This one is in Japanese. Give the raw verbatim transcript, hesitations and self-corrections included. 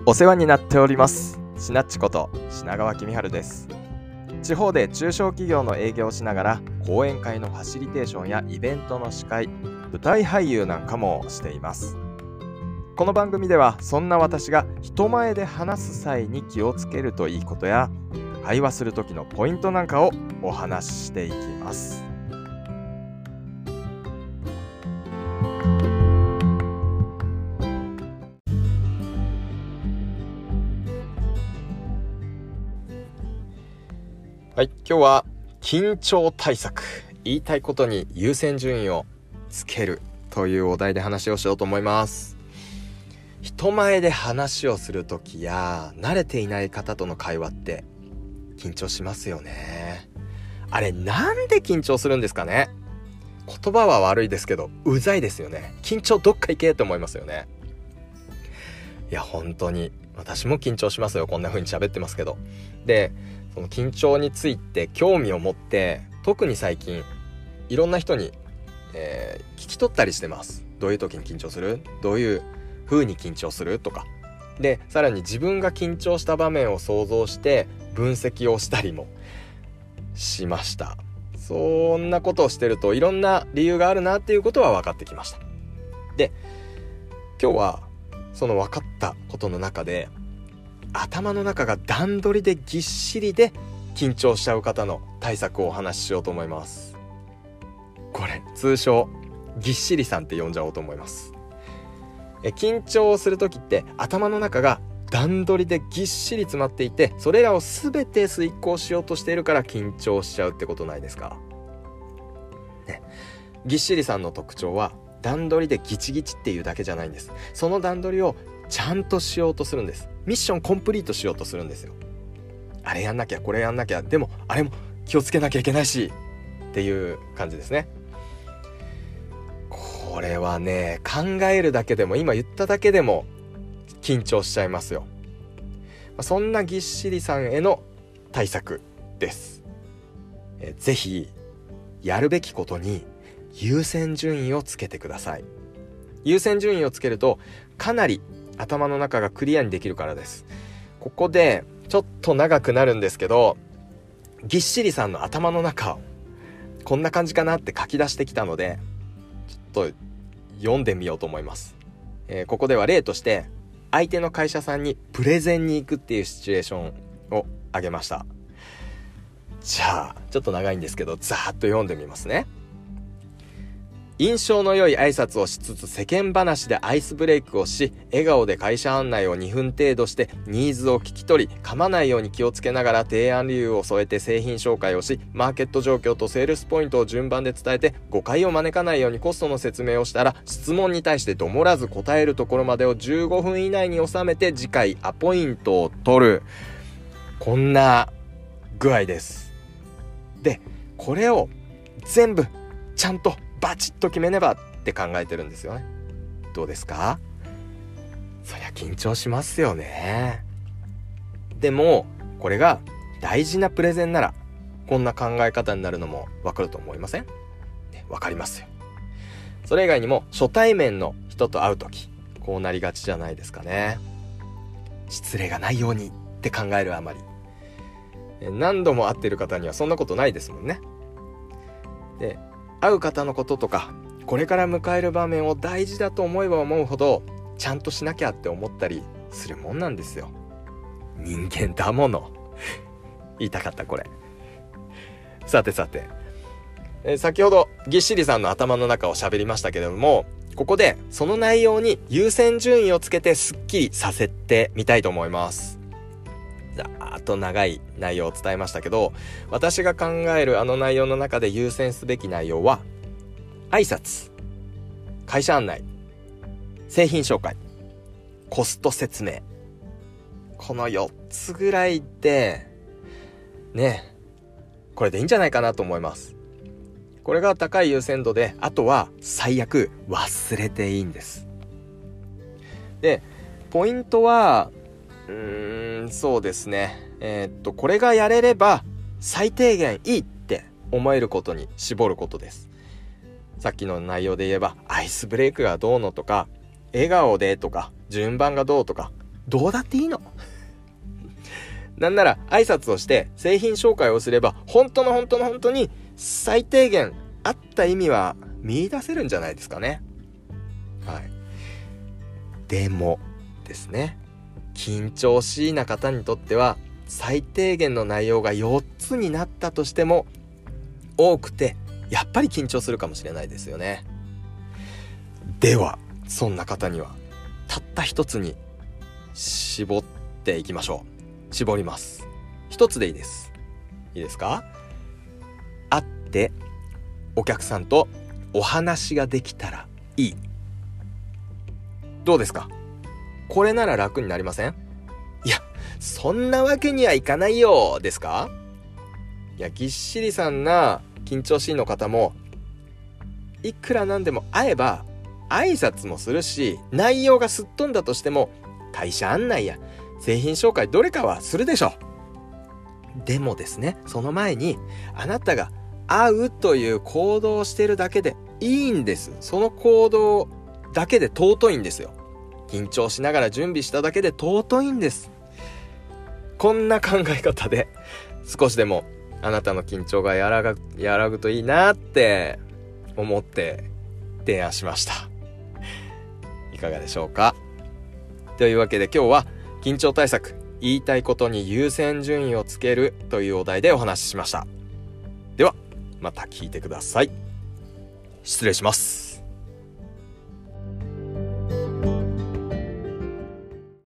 お世話になっておりますしなっちこと品川公春です。地方で中小企業の営業をしながら講演会のファシリテーションやイベントの司会、舞台俳優なんかもしています。この番組ではそんな私が人前で話す際に気をつけるといいことや会話する時のポイントなんかをお話ししていきます。はい、今日は緊張対策、言いたいことに優先順位をつけるというお題で話をしようと思います。人前で話をするときや慣れていない方との会話って緊張しますよね。あれなんで緊張するんですかね。言葉は悪いですけどうざいですよね。緊張どっか行けと思いますよね。いや本当に私も緊張しますよ。こんな風に喋ってますけど。でその緊張について興味を持って特に最近いろんな人に、えー、聞き取ったりしてます。どういう時に緊張する？どういう風に緊張する？とかでさらに自分が緊張した場面を想像して分析をしたりもしました。そんなことをしてるといろんな理由があるなっていうことは分かってきました。で今日はその分かったことの中で頭の中が段取りでぎっしりで緊張しちゃう方の対策をお話ししようと思います。これ通称ぎっしりさんって呼んじゃおうと思います。え緊張する時って頭の中が段取りでぎっしり詰まっていてそれらを全て遂行しようとしているから緊張しちゃうってことないですか、ね、ぎっしりさんの特徴は段取りでギチギチっていうだけじゃないんです。その段取りをちゃんとしようとするんです。ミッションコンプリートしようとするんですよ。あれやんなきゃこれやんなきゃでもあれも気をつけなきゃいけないしっていう感じですね。これはね考えるだけでも今言っただけでも緊張しちゃいますよ。そんなぎっしりさんへの対策です。えぜひやるべきことに優先順位をつけてください。優先順位をつけるとかなり頭の中がクリアにできるからです。ここでちょっと長くなるんですけどぎっしりさんの頭の中をこんな感じかなって書き出してきたのでちょっと読んでみようと思います、えー、ここでは例として相手の会社さんにプレゼンに行くっていうシチュエーションを挙げました。じゃあちょっと長いんですけどざーっと読んでみますね。印象の良い挨拶をしつつ世間話でアイスブレイクをし笑顔で会社案内をにふん程度してニーズを聞き取り噛まないように気をつけながら提案理由を添えて製品紹介をしマーケット状況とセールスポイントを順番で伝えて誤解を招かないようにコストの説明をしたら質問に対してどもらず答えるところまでをじゅうごふん以内に収めて次回アポイントを取る。こんな具合です。でこれを全部ちゃんとバチッと決めねばって考えてるんですよね。どうですか？そりゃ緊張しますよね。でもこれが大事なプレゼンならこんな考え方になるのもわかると思いません？ね、わかりますよ。それ以外にも初対面の人と会うときこうなりがちじゃないですかね。失礼がないようにって考えるあまり何度も会ってる方にはそんなことないですもんね。で会う方のこととかこれから迎える場面を大事だと思えば思うほどちゃんとしなきゃって思ったりするもんなんですよ。人間だもの言いたかったこれ。さてさて、えー、先ほどぎっしりさんの頭の中を喋りましたけれどもここでその内容に優先順位をつけてスッキリさせてみたいと思います。ざーっと長い内容を伝えましたけど私が考えるあの内容の中で優先すべき内容は挨拶、会社案内、製品紹介、コスト説明、このよっつぐらいでねこれでいいんじゃないかなと思います。これが高い優先度であとは最悪忘れていいんです。でポイントはうーんそうですねえー、っとこれがやれれば最低限いいって思えることに絞ることです。さっきの内容で言えばアイスブレイクがどうのとか笑顔でとか順番がどうとかどうだっていいの。なんなら挨拶をして製品紹介をすれば本当の本当の本当に最低限あった意味は見出せるんじゃないですかね。はい。でもですね、緊張しいな方にとっては最低限の内容がよっつになったとしても多くてやっぱり緊張するかもしれないですよね。ではそんな方にはたった一つに絞っていきましょう。絞ります。一つでいいです。いいですか？会ってお客さんとお話ができたらいい。どうですか？これなら楽になりません？いや、そんなわけにはいかないよですか？いや、ぎっしりさんな緊張しいの方もいくらなんでも会えば挨拶もするし、内容がすっ飛んだとしても会社案内や製品紹介どれかはするでしょう。でもですね、その前にあなたが会うという行動をしてるだけでいいんです。その行動だけで尊いんですよ。緊張しながら準備しただけで尊いんです。こんな考え方で少しでもあなたの緊張が和らぐ、和らぐといいなって思って提案しました。いかがでしょうか？というわけで今日は緊張対策、言いたいことに優先順位をつけるというお題でお話ししました。ではまた聞いてください。失礼します。